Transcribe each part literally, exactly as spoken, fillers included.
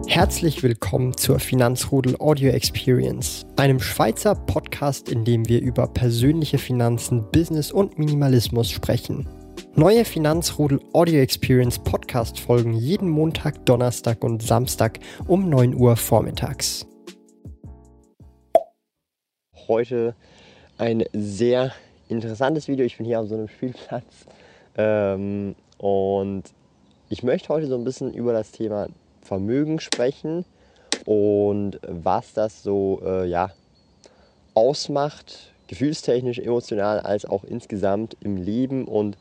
Herzlich willkommen zur Finanzrudel Audio Experience, einem Schweizer Podcast, in dem wir über persönliche Finanzen, Business und Minimalismus sprechen. Neue Finanzrudel Audio Experience Podcast folgen jeden Montag, Donnerstag und Samstag um neun Uhr vormittags. Heute ein sehr interessantes Video. Ich bin hier auf so einem Spielplatz ähm, und ich möchte heute so ein bisschen über das Thema Vermögen sprechen und was das so äh, ja, ausmacht, gefühlstechnisch, emotional, als auch insgesamt im Leben. Und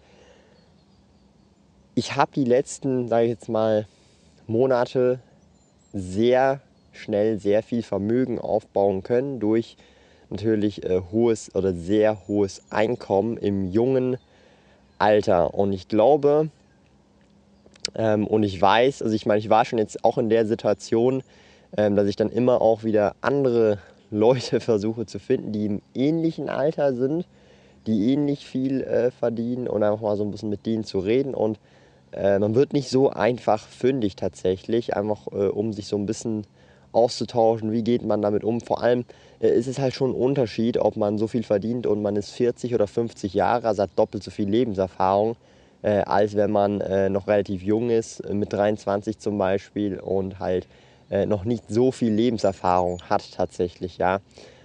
ich habe die letzten, sage ich jetzt mal, Monate sehr schnell sehr viel Vermögen aufbauen können durch natürlich äh, hohes oder sehr hohes Einkommen im jungen Alter. Und ich glaube, Ähm, und ich weiß, also ich meine, ich war schon jetzt auch in der Situation, ähm, dass ich dann immer auch wieder andere Leute versuche zu finden, die im ähnlichen Alter sind, die ähnlich viel äh, verdienen, und einfach mal so ein bisschen mit denen zu reden. Und äh, man wird nicht so einfach fündig tatsächlich, einfach äh, um sich so ein bisschen auszutauschen, wie geht man damit um. Vor allem äh, ist es halt schon ein Unterschied, ob man so viel verdient und man ist vierzig oder fünfzig Jahre, also hat doppelt so viel Lebenserfahrung, Äh, als wenn man äh, noch relativ jung ist, äh, mit dreiundzwanzig zum Beispiel, und halt äh, noch nicht so viel Lebenserfahrung hat tatsächlich, ja.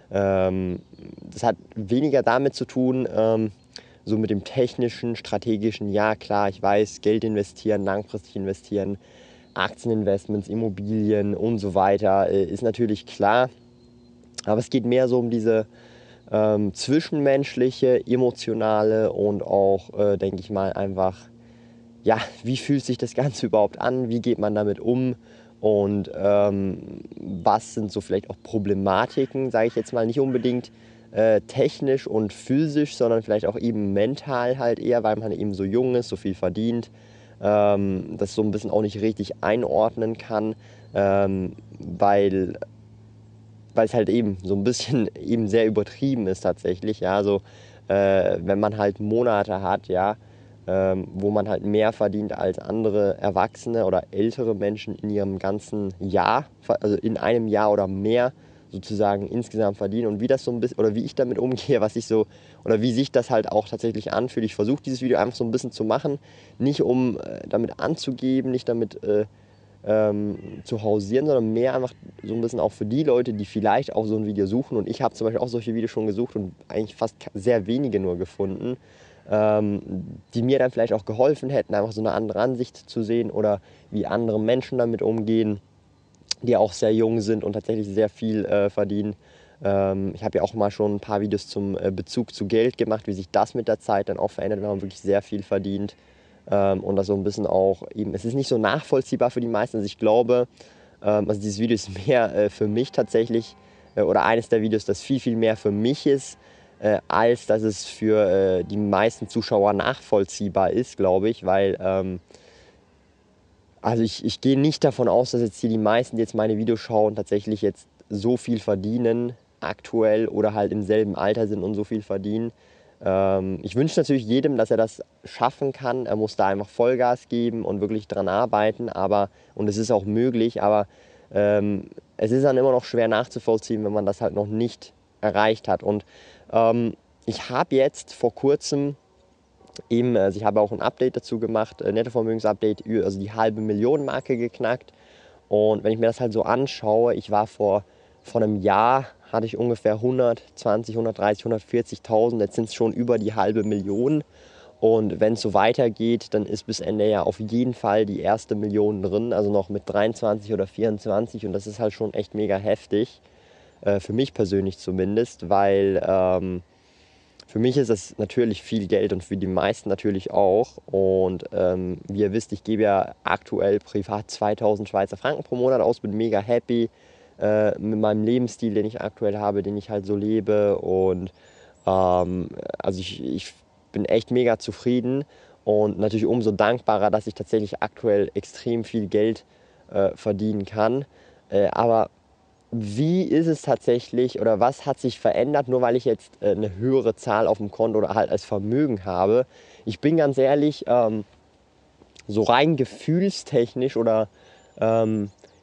Ähm, das hat weniger damit zu tun, ähm, so mit dem technischen, strategischen, ja klar, ich weiß, Geld investieren, langfristig investieren, Aktieninvestments, Immobilien und so weiter, äh, ist natürlich klar, aber es geht mehr so um diese Ähm, zwischenmenschliche, emotionale und auch, äh, denke ich mal, einfach, ja, wie fühlt sich das Ganze überhaupt an, wie geht man damit um, und ähm, was sind so vielleicht auch Problematiken, sage ich jetzt mal, nicht unbedingt äh, technisch und physisch, sondern vielleicht auch eben mental halt eher, weil man eben so jung ist, so viel verdient, ähm, das so ein bisschen auch nicht richtig einordnen kann, ähm, weil weil es halt eben so ein bisschen eben sehr übertrieben ist tatsächlich, ja, also äh, wenn man halt Monate hat, ja, ähm, wo man halt mehr verdient als andere Erwachsene oder ältere Menschen in ihrem ganzen Jahr, also in einem Jahr oder mehr sozusagen insgesamt verdienen, und wie das so ein bisschen, oder wie ich damit umgehe, was ich so, oder wie sich das halt auch tatsächlich anfühlt. Ich versuche dieses Video einfach so ein bisschen zu machen, nicht um äh, damit anzugeben, nicht damit äh, ähm, zu hausieren, sondern mehr einfach so ein bisschen auch für die Leute, die vielleicht auch so ein Video suchen. Und ich habe zum Beispiel auch solche Videos schon gesucht und eigentlich fast sehr wenige nur gefunden, ähm, die mir dann vielleicht auch geholfen hätten, einfach so eine andere Ansicht zu sehen oder wie andere Menschen damit umgehen, die auch sehr jung sind und tatsächlich sehr viel äh, verdienen. Ähm, ich habe ja auch mal schon ein paar Videos zum äh, Bezug zu Geld gemacht, wie sich das mit der Zeit dann auch verändert, wenn man wirklich sehr viel verdient. Ähm, und das so ein bisschen auch eben, es ist nicht so nachvollziehbar für die meisten. Also ich glaube, ähm, also dieses Video ist mehr äh, für mich tatsächlich, äh, oder eines der Videos, das viel, viel mehr für mich ist, äh, als dass es für äh, die meisten Zuschauer nachvollziehbar ist, glaube ich, weil ähm, also ich, ich gehe nicht davon aus, dass jetzt hier die meisten, die jetzt meine Videos schauen, tatsächlich jetzt so viel verdienen aktuell oder halt im selben Alter sind und so viel verdienen. Ähm, ich wünsche natürlich jedem, dass er das schaffen kann. Er muss da einfach Vollgas geben und wirklich dran arbeiten. Aber, und es ist auch möglich, aber ähm, es ist dann immer noch schwer nachzuvollziehen, wenn man das halt noch nicht erreicht hat. Und ähm, ich habe jetzt vor kurzem eben, also ich habe auch ein Update dazu gemacht, äh, Nettovermögensupdate, also die halbe Million Marke geknackt. Und wenn ich mir das halt so anschaue, ich war vor, vor einem Jahr, hatte ich ungefähr hundertzwanzig, hundertdreißig, hundertvierzigtausend, jetzt sind es schon über die halbe Million. Und wenn es so weitergeht, dann ist bis Ende ja auf jeden Fall die erste Million drin, also noch mit dreiundzwanzig oder vierundzwanzig, und das ist halt schon echt mega heftig, äh, für mich persönlich zumindest, weil ähm, für mich ist das natürlich viel Geld und für die meisten natürlich auch. Und ähm, wie ihr wisst, ich gebe ja aktuell privat zweitausend Schweizer Franken pro Monat aus, bin mega happy äh, mit meinem Lebensstil, den ich aktuell habe, den ich halt so lebe. Und ähm, also ich, ich bin echt mega zufrieden und natürlich umso dankbarer, dass ich tatsächlich aktuell extrem viel Geld äh, verdienen kann. Äh, aber wie ist es tatsächlich, oder was hat sich verändert, nur weil ich jetzt äh, eine höhere Zahl auf dem Konto oder halt als Vermögen habe? Ich bin ganz ehrlich, ähm, so rein gefühlstechnisch oder ähm,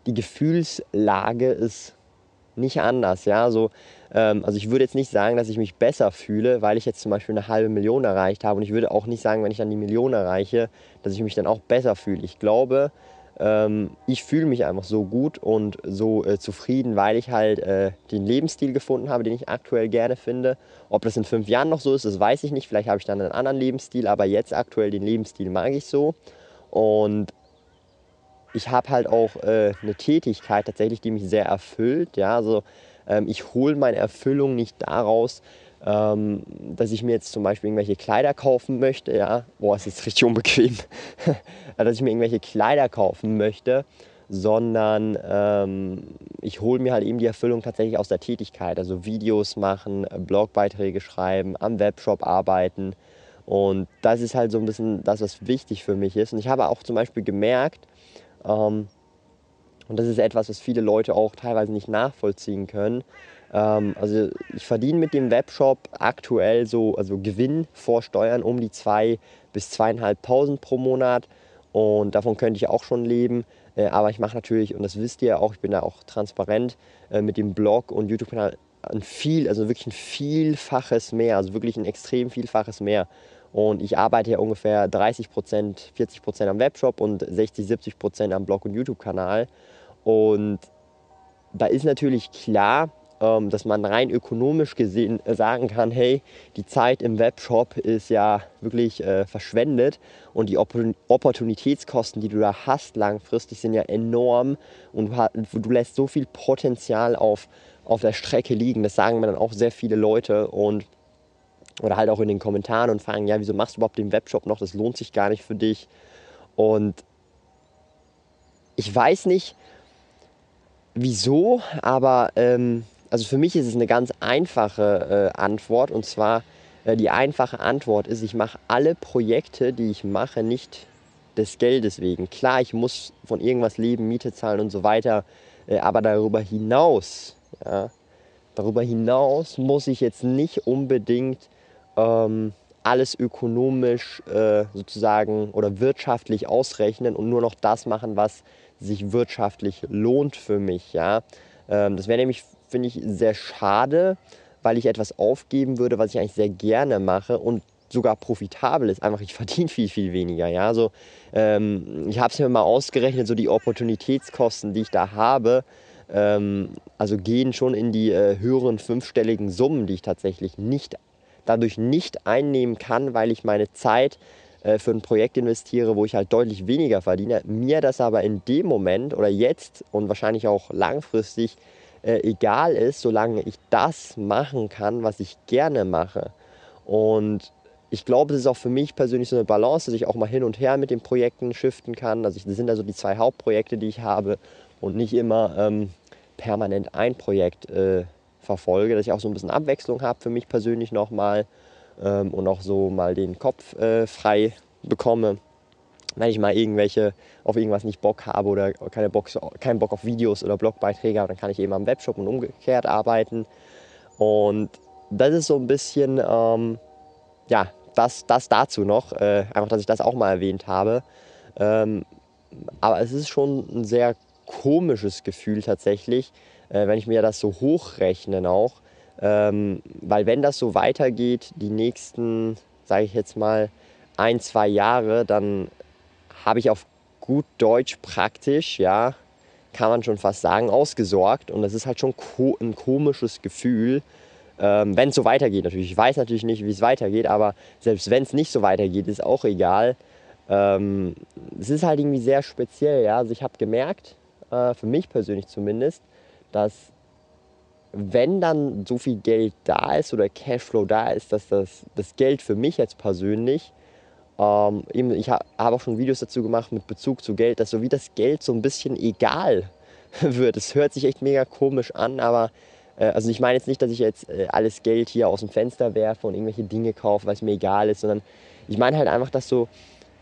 die Gefühlslage ist nicht anders. Ja? So, ähm, also ich würde jetzt nicht sagen, dass ich mich besser fühle, weil ich jetzt zum Beispiel eine halbe Million erreicht habe. Und ich würde auch nicht sagen, wenn ich dann die Million erreiche, dass ich mich dann auch besser fühle. Ich glaube, ähm, ich fühle mich einfach so gut und so äh, zufrieden, weil ich halt äh, den Lebensstil gefunden habe, den ich aktuell gerne finde. Ob das in fünf Jahren noch so ist, das weiß ich nicht. Vielleicht habe ich dann einen anderen Lebensstil, aber jetzt aktuell den Lebensstil mag ich so. Und ich habe halt auch äh, eine Tätigkeit tatsächlich, die mich sehr erfüllt. Ja? Also, ähm, ich hole meine Erfüllung nicht daraus, ähm, dass ich mir jetzt zum Beispiel irgendwelche Kleider kaufen möchte. Ja? Boah, ist jetzt richtig unbequem. Dass ich mir irgendwelche Kleider kaufen möchte, sondern ähm, ich hole mir halt eben die Erfüllung tatsächlich aus der Tätigkeit. Also Videos machen, Blogbeiträge schreiben, am Webshop arbeiten. Und das ist halt so ein bisschen das, was wichtig für mich ist. Und ich habe auch zum Beispiel gemerkt, ähm, und das ist etwas, was viele Leute auch teilweise nicht nachvollziehen können. Ähm, also ich verdiene mit dem Webshop aktuell so, also Gewinn vor Steuern um die zwei bis zweieinhalbtausend pro Monat. Und davon könnte ich auch schon leben. Äh, aber ich mache natürlich, und das wisst ihr auch, ich bin da auch transparent, äh, mit dem Blog und YouTube-Kanal ein viel, also wirklich ein Vielfaches mehr, also wirklich ein extrem Vielfaches mehr. Und ich arbeite ja ungefähr dreißig Prozent, vierzig Prozent am Webshop und sechzig, siebzig Prozent am Blog und YouTube-Kanal. Und da ist natürlich klar, ähm, dass man rein ökonomisch gesehen äh, sagen kann, hey, die Zeit im Webshop ist ja wirklich äh, verschwendet und die Oppor- Opportunitätskosten, die du da hast langfristig, sind ja enorm und du, ha- du lässt so viel Potenzial auf, auf der Strecke liegen. Das sagen mir dann auch sehr viele Leute und oder halt auch in den Kommentaren und fragen, ja, wieso machst du überhaupt den Webshop noch? Das lohnt sich gar nicht für dich. Und ich weiß nicht, wieso, aber ähm, also für mich ist es eine ganz einfache äh, Antwort. Und zwar, äh, die einfache Antwort ist, ich mache alle Projekte, die ich mache, nicht des Geldes wegen. Klar, ich muss von irgendwas leben, Miete zahlen und so weiter. Äh, aber darüber hinaus, ja, darüber hinaus muss ich jetzt nicht unbedingt ähm, alles ökonomisch äh, sozusagen oder wirtschaftlich ausrechnen und nur noch das machen, was sich wirtschaftlich lohnt für mich. Ja? Ähm, das wäre nämlich, finde ich, sehr schade, weil ich etwas aufgeben würde, was ich eigentlich sehr gerne mache und sogar profitabel ist. Einfach, ich verdiene viel, viel weniger. Ja? Also, ähm, ich habe es mir mal ausgerechnet, so die Opportunitätskosten, die ich da habe, ähm, also gehen schon in die äh, höheren fünfstelligen Summen, die ich tatsächlich nicht dadurch nicht einnehmen kann, weil ich meine Zeit äh, für ein Projekt investiere, wo ich halt deutlich weniger verdiene. Mir das aber in dem Moment oder jetzt und wahrscheinlich auch langfristig äh, egal ist, solange ich das machen kann, was ich gerne mache. Und ich glaube, das ist auch für mich persönlich so eine Balance, dass ich auch mal hin und her mit den Projekten shiften kann. Also ich, das sind also die zwei Hauptprojekte, die ich habe und nicht immer ähm, permanent ein Projekt äh, verfolge, dass ich auch so ein bisschen Abwechslung habe für mich persönlich nochmal ähm, und auch so mal den Kopf äh, frei bekomme, wenn ich mal irgendwelche auf irgendwas nicht Bock habe oder keine Bock, keinen Bock auf Videos oder Blogbeiträge habe, dann kann ich eben am Webshop und umgekehrt arbeiten. Und das ist so ein bisschen, ähm, ja, das, das dazu noch, äh, einfach, dass ich das auch mal erwähnt habe. Ähm, aber es ist schon ein sehr komisches Gefühl tatsächlich, äh, wenn ich mir das so hochrechne auch. Ähm, weil wenn das so weitergeht, die nächsten, sage ich jetzt mal, ein, zwei Jahre, dann habe ich auf gut Deutsch praktisch, ja, kann man schon fast sagen, ausgesorgt. Und das ist halt schon ko- ein komisches Gefühl, ähm, wenn es so weitergeht natürlich. Ich weiß natürlich nicht, wie es weitergeht, aber selbst wenn es nicht so weitergeht, ist auch egal. Ähm, es ist halt irgendwie sehr speziell, ja. Also ich habe gemerkt, äh, für mich persönlich zumindest, dass wenn dann so viel Geld da ist oder Cashflow da ist, dass das, das Geld für mich jetzt persönlich, ähm, eben, ich ha, habe auch schon Videos dazu gemacht mit Bezug zu Geld, dass so wie das Geld so ein bisschen egal wird. Es hört sich echt mega komisch an, aber äh, also ich meine jetzt nicht, dass ich jetzt äh, alles Geld hier aus dem Fenster werfe und irgendwelche Dinge kaufe, weil es mir egal ist, sondern ich meine halt einfach, dass so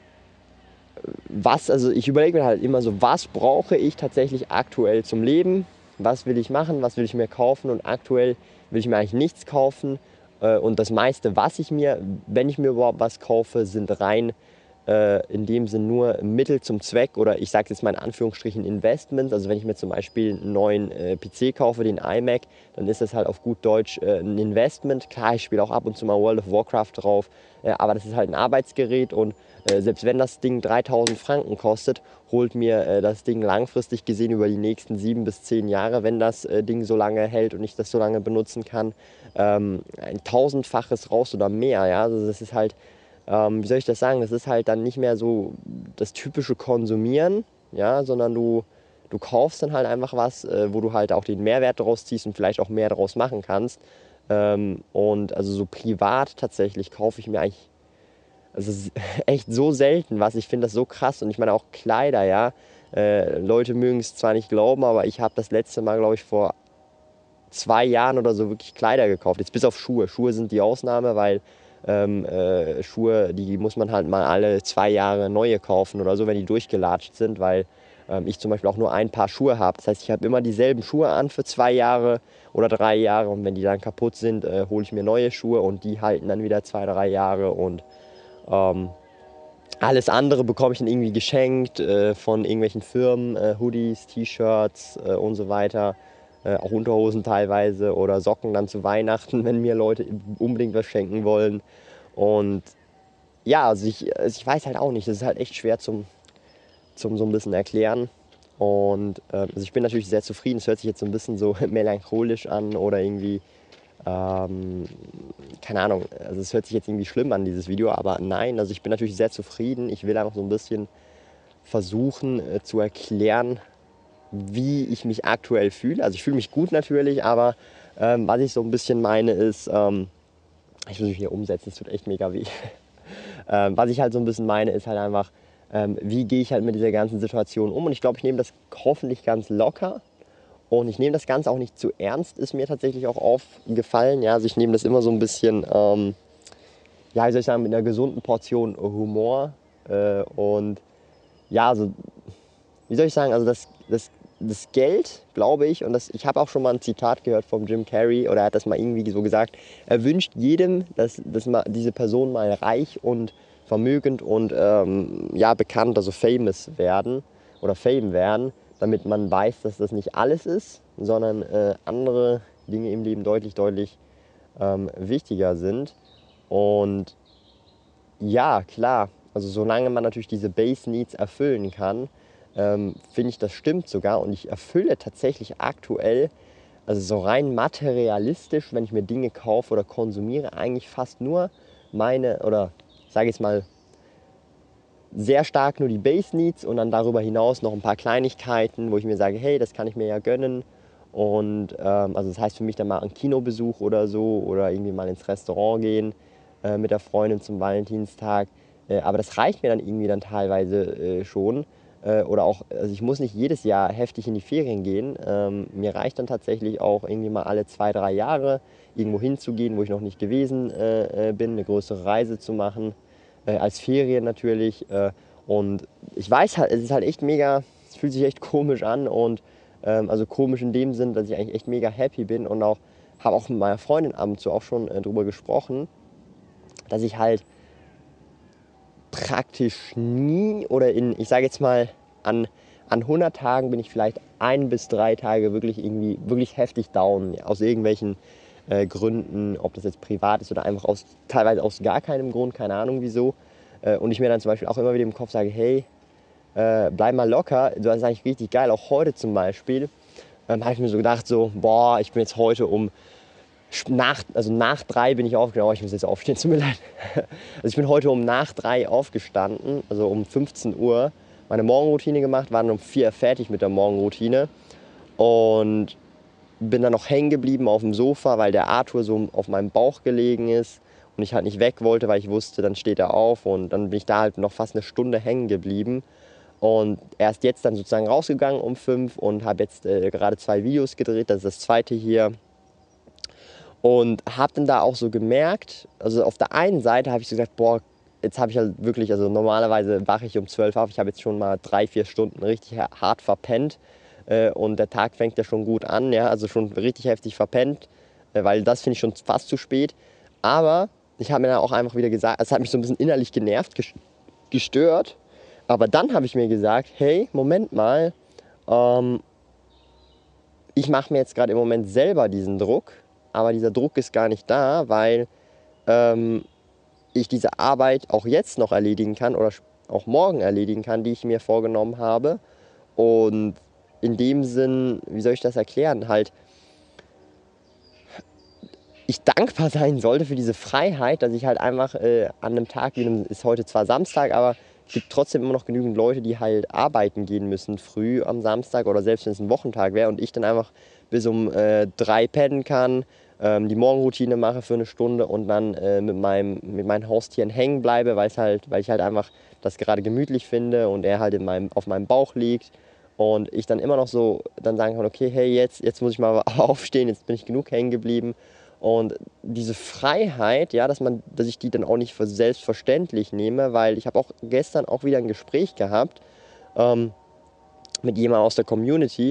was, also ich überlege mir halt immer so, was brauche ich tatsächlich aktuell zum Leben, was will ich machen, was will ich mir kaufen und aktuell will ich mir eigentlich nichts kaufen äh, und das meiste, was ich mir, wenn ich mir überhaupt was kaufe, sind rein äh, in dem Sinn nur Mittel zum Zweck oder ich sage jetzt mal in Anführungsstrichen Investments. Also wenn ich mir zum Beispiel einen neuen äh, P C kaufe, den iMac, dann ist das halt auf gut Deutsch äh, ein Investment. Klar, ich spiele auch ab und zu mal World of Warcraft drauf, äh, aber das ist halt ein Arbeitsgerät und äh, selbst wenn das Ding dreitausend Franken kostet, holt mir äh, das Ding langfristig gesehen über die nächsten sieben bis zehn Jahre, wenn das äh, Ding so lange hält und ich das so lange benutzen kann, ähm, ein tausendfaches raus oder mehr. Ja? Also das ist halt, ähm, wie soll ich das sagen, das ist halt dann nicht mehr so das typische Konsumieren, ja? Sondern du, du kaufst dann halt einfach was, äh, wo du halt auch den Mehrwert daraus ziehst und vielleicht auch mehr daraus machen kannst. Ähm, und also so privat tatsächlich kaufe ich mir eigentlich, also es ist echt so selten was. Ich finde das so krass und ich meine auch Kleider, ja. Äh, Leute mögen es zwar nicht glauben, aber ich habe das letzte Mal, glaube ich, vor zwei Jahren oder so wirklich Kleider gekauft. Jetzt bis auf Schuhe. Schuhe sind die Ausnahme, weil ähm, äh, Schuhe, die muss man halt mal alle zwei Jahre neue kaufen oder so, wenn die durchgelatscht sind, weil ähm, ich zum Beispiel auch nur ein Paar Schuhe habe. Das heißt, ich habe immer dieselben Schuhe an für zwei Jahre oder drei Jahre und wenn die dann kaputt sind, äh, hole ich mir neue Schuhe und die halten dann wieder zwei, drei Jahre und ähm, alles andere bekomme ich dann irgendwie geschenkt äh, von irgendwelchen Firmen, äh, Hoodies, T-Shirts äh, und so weiter. Äh, auch Unterhosen teilweise oder Socken dann zu Weihnachten, wenn mir Leute unbedingt was schenken wollen. Und ja, also ich, also ich weiß halt auch nicht, das ist halt echt schwer zum, zum so ein bisschen erklären. Und äh, also ich bin natürlich sehr zufrieden, es hört sich jetzt so ein bisschen so melancholisch an oder irgendwie ähm, keine Ahnung, also es hört sich jetzt irgendwie schlimm an, dieses Video, aber nein, also ich bin natürlich sehr zufrieden. Ich will einfach so ein bisschen versuchen äh, zu erklären, wie ich mich aktuell fühle. Also ich fühle mich gut natürlich, aber ähm, was ich so ein bisschen meine ist, ähm, ich muss mich hier umsetzen, es tut echt mega weh. ähm, was ich halt so ein bisschen meine ist halt einfach, ähm, wie gehe ich halt mit dieser ganzen Situation um und ich glaube, ich nehme das hoffentlich ganz locker. Und ich nehme das Ganze auch nicht zu ernst, ist mir tatsächlich auch aufgefallen. Ja, also ich nehme das immer so ein bisschen, ähm, ja, wie soll ich sagen, mit einer gesunden Portion Humor. Äh, und ja, also, wie soll ich sagen, also das, das, das Geld, glaube ich, und das, ich habe auch schon mal ein Zitat gehört vom Jim Carrey, oder er hat das mal irgendwie so gesagt, er wünscht jedem, dass, dass mal diese Person mal reich und vermögend und ähm, ja, bekannt, also famous werden oder fame werden, damit man weiß, dass das nicht alles ist, sondern äh, andere Dinge im Leben deutlich, deutlich ähm, wichtiger sind. Und ja, klar, also solange man natürlich diese Base Needs erfüllen kann, ähm, finde ich, das stimmt sogar. Und ich erfülle tatsächlich aktuell, also so rein materialistisch, wenn ich mir Dinge kaufe oder konsumiere, eigentlich fast nur meine, oder ich sage jetzt mal, sehr stark nur die Base Needs und dann darüber hinaus noch ein paar Kleinigkeiten, wo ich mir sage, hey, das kann ich mir ja gönnen. Und ähm, also das heißt für mich dann mal ein Kinobesuch oder so oder irgendwie mal ins Restaurant gehen äh, mit der Freundin zum Valentinstag. Äh, aber das reicht mir dann irgendwie dann teilweise äh, schon. Äh, oder auch, also ich muss nicht jedes Jahr heftig in die Ferien gehen. Ähm, mir reicht dann tatsächlich auch irgendwie mal alle zwei, drei Jahre irgendwo hinzugehen, wo ich noch nicht gewesen äh, bin, eine größere Reise zu machen. Äh, als Ferien natürlich. Äh, und ich weiß halt, es ist halt echt mega, es fühlt sich echt komisch an und ähm, also komisch in dem Sinn, dass ich eigentlich echt mega happy bin und auch habe auch mit meiner Freundin ab und zu auch schon äh, drüber gesprochen, dass ich halt praktisch nie oder in, ich sage jetzt mal, an, an hundert Tagen bin ich vielleicht ein bis drei Tage wirklich irgendwie wirklich heftig down, ja, aus irgendwelchen äh, Gründen, ob das jetzt privat ist oder einfach aus, teilweise aus gar keinem Grund, keine Ahnung wieso. Äh, und ich mir dann zum Beispiel auch immer wieder im Kopf sage, hey, äh, bleib mal locker, du hast eigentlich richtig geil, auch heute zum Beispiel, ähm, habe ich mir so gedacht, so, boah, ich bin jetzt heute um, nach, also nach drei bin ich aufgestanden, oh, ich muss jetzt aufstehen, tut mir leid. Also ich bin heute um nach drei aufgestanden, also um fünfzehn Uhr, meine Morgenroutine gemacht, war dann um vier fertig mit der Morgenroutine und bin dann noch hängen geblieben auf dem Sofa, weil der Arthur so auf meinem Bauch gelegen ist und ich halt nicht weg wollte, weil ich wusste, dann steht er auf und dann bin ich da halt noch fast eine Stunde hängen geblieben und erst jetzt dann sozusagen rausgegangen um fünf und habe jetzt äh, gerade zwei Videos gedreht, das ist das zweite hier und habe dann da auch so gemerkt, also auf der einen Seite habe ich so gesagt, boah, jetzt habe ich halt wirklich, also normalerweise wache ich um zwölf auf, ich habe jetzt schon mal drei, vier Stunden richtig hart verpennt. Und der Tag fängt ja schon gut an, ja, also schon richtig heftig verpennt, weil das finde ich schon fast zu spät. Aber ich habe mir dann auch einfach wieder gesagt, es hat mich so ein bisschen innerlich genervt, gestört. Aber dann habe ich mir gesagt, hey, Moment mal, ähm, ich mache mir jetzt gerade im Moment selber diesen Druck, aber dieser Druck ist gar nicht da, weil ähm, ich diese Arbeit auch jetzt noch erledigen kann oder auch morgen erledigen kann, die ich mir vorgenommen habe. Und in dem Sinn, wie soll ich das erklären, halt, ich dankbar sein sollte für diese Freiheit, dass ich halt einfach äh, an einem Tag, wie ist heute zwar Samstag, aber es gibt trotzdem immer noch genügend Leute, die halt arbeiten gehen müssen früh am Samstag oder selbst wenn es ein Wochentag wäre und ich dann einfach bis um äh, drei pennen kann, ähm, die Morgenroutine mache für eine Stunde und dann äh, mit, meinem, mit meinen Haustieren hängen bleibe, weil's halt, weil ich halt einfach das gerade gemütlich finde und er halt in meinem, auf meinem Bauch liegt. Und ich dann immer noch so dann sagen kann, okay, hey, jetzt, jetzt muss ich mal aufstehen, jetzt bin ich genug hängen geblieben. Und diese Freiheit, ja, dass, man, dass ich die dann auch nicht für selbstverständlich nehme, weil ich habe auch gestern auch wieder ein Gespräch gehabt ähm, mit jemandem aus der Community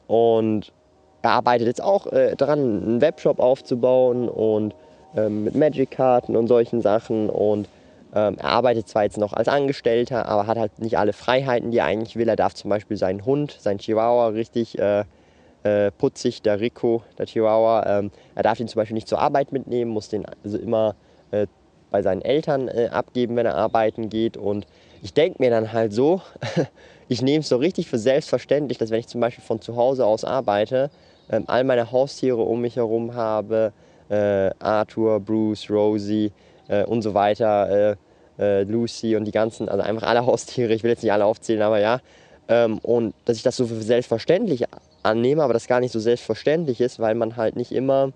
und er arbeitet jetzt auch äh, daran, einen Webshop aufzubauen und ähm, mit Magic-Karten und solchen Sachen und ähm, er arbeitet zwar jetzt noch als Angestellter, aber hat halt nicht alle Freiheiten, die er eigentlich will. Er darf zum Beispiel seinen Hund, seinen Chihuahua richtig äh, Äh, putzig, der Rico, der Chihuahua. Ähm, er darf ihn zum Beispiel nicht zur Arbeit mitnehmen, muss den also immer äh, bei seinen Eltern äh, abgeben, wenn er arbeiten geht. Und ich denke mir dann halt so, ich nehme es so richtig für selbstverständlich, dass wenn ich zum Beispiel von zu Hause aus arbeite, ähm, all meine Haustiere um mich herum habe, äh, Arthur, Bruce, Rosie äh, und so weiter, äh, äh, Lucy und die ganzen, also einfach alle Haustiere, ich will jetzt nicht alle aufzählen, aber ja. Ähm, und dass ich das so für selbstverständlich annehme, aber das gar nicht so selbstverständlich ist, weil man halt nicht immer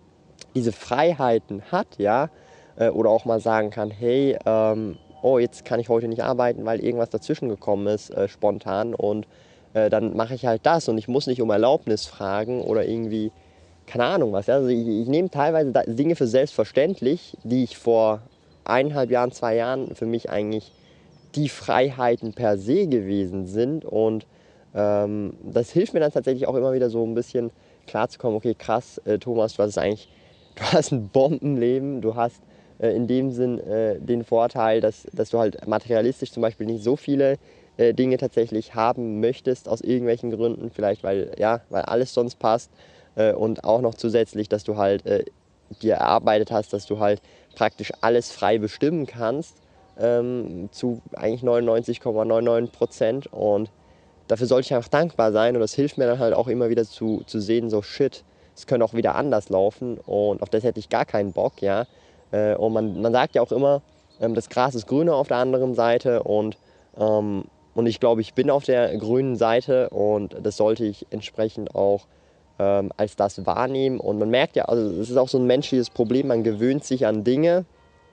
diese Freiheiten hat, ja, äh, oder auch mal sagen kann, hey, ähm, oh, jetzt kann ich heute nicht arbeiten, weil irgendwas dazwischen gekommen ist, äh, spontan und äh, dann mache ich halt das und ich muss nicht um Erlaubnis fragen oder irgendwie, keine Ahnung was, ja? Also ich, ich nehme teilweise Dinge für selbstverständlich, die ich vor eineinhalb Jahren, zwei Jahren für mich eigentlich die Freiheiten per se gewesen sind und ähm, das hilft mir dann tatsächlich auch immer wieder so ein bisschen klarzukommen, okay, krass, äh, Thomas, du hast eigentlich, du hast ein Bombenleben, du hast äh, in dem Sinn äh, den Vorteil, dass, dass du halt materialistisch zum Beispiel nicht so viele äh, Dinge tatsächlich haben möchtest, aus irgendwelchen Gründen, vielleicht weil, ja, weil alles sonst passt äh, und auch noch zusätzlich, dass du halt äh, dir erarbeitet hast, dass du halt praktisch alles frei bestimmen kannst, ähm, zu eigentlich neunundneunzig Komma neunundneunzig Prozent und dafür sollte ich einfach dankbar sein und das hilft mir dann halt auch immer wieder zu, zu sehen, so shit, es könnte auch wieder anders laufen und auf das hätte ich gar keinen Bock, ja. Äh, und man, man sagt ja auch immer, ähm, das Gras ist grüner auf der anderen Seite und, ähm, und ich glaube, ich bin auf der grünen Seite und das sollte ich entsprechend auch ähm, als das wahrnehmen und man merkt ja, also es ist auch so ein menschliches Problem, man gewöhnt sich an Dinge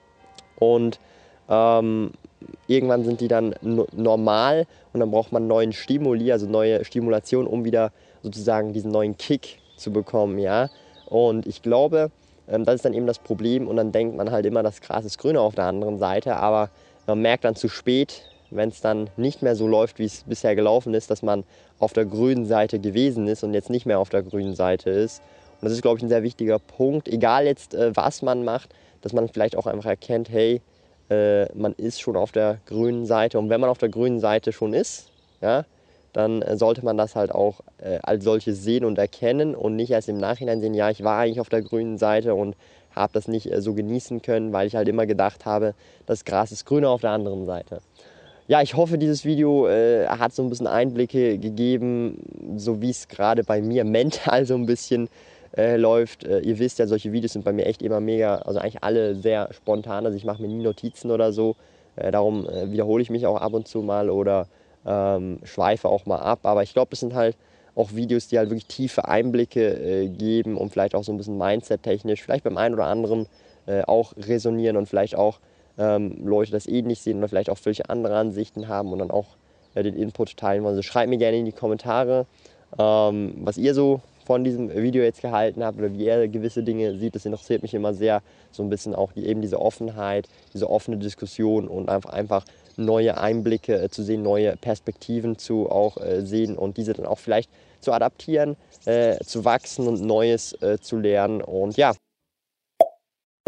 und ähm, irgendwann sind die dann no- normal und dann braucht man neuen Stimuli, also neue Stimulation, um wieder sozusagen diesen neuen Kick zu bekommen, ja. Und ich glaube, ähm, das ist dann eben das Problem und dann denkt man halt immer, das Gras ist grüner auf der anderen Seite, aber man merkt dann zu spät, wenn es dann nicht mehr so läuft, wie es bisher gelaufen ist, dass man auf der grünen Seite gewesen ist und jetzt nicht mehr auf der grünen Seite ist. Und das ist, glaube ich, ein sehr wichtiger Punkt, egal jetzt, äh, was man macht, dass man vielleicht auch einfach erkennt, hey, äh, man ist schon auf der grünen Seite. Und wenn man auf der grünen Seite schon ist, ja, dann äh, sollte man das halt auch äh, als solches sehen und erkennen und nicht erst im Nachhinein sehen, ja, ich war eigentlich auf der grünen Seite und habe das nicht äh, so genießen können, weil ich halt immer gedacht habe, das Gras ist grüner auf der anderen Seite. Ja, ich hoffe, dieses Video äh, hat so ein bisschen Einblicke gegeben, so wie es gerade bei mir mental so ein bisschen äh, läuft. Äh, ihr wisst ja, solche Videos sind bei mir echt immer mega, also eigentlich alle sehr spontan. Also ich mache mir nie Notizen oder so. Äh, darum äh, wiederhole ich mich auch ab und zu mal oder ähm, schweife auch mal ab. Aber ich glaube, es sind halt auch Videos, die halt wirklich tiefe Einblicke äh, geben und vielleicht auch so ein bisschen Mindset-technisch, vielleicht beim einen oder anderen äh, auch resonieren und vielleicht auch ähm, Leute das ähnlich sehen oder vielleicht auch völlig andere Ansichten haben und dann auch äh, den Input teilen wollen. Also schreibt mir gerne in die Kommentare, ähm, was ihr so von diesem Video jetzt gehalten habt oder wie ihr gewisse Dinge seht. Das interessiert mich immer sehr, so ein bisschen auch die, eben diese Offenheit, diese offene Diskussion und einfach, einfach neue Einblicke äh, zu sehen, neue Perspektiven zu auch äh, sehen und diese dann auch vielleicht zu adaptieren, äh, zu wachsen und Neues äh, zu lernen. Und ja,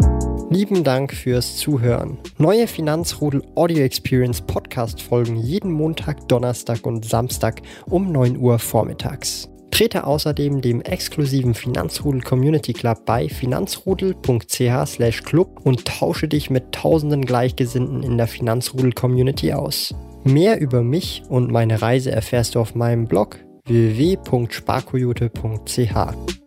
Lieben Dank fürs Zuhören. Neue Finanzrudel Audio Experience Podcast folgen jeden Montag, Donnerstag und Samstag um neun Uhr vormittags. Trete außerdem dem exklusiven Finanzrudel Community Club bei finanzrudel punkt c h slash club und tausche dich mit tausenden Gleichgesinnten in der Finanzrudel Community aus. Mehr über mich und meine Reise erfährst du auf meinem Blog w w w punkt sparkoyote punkt c h.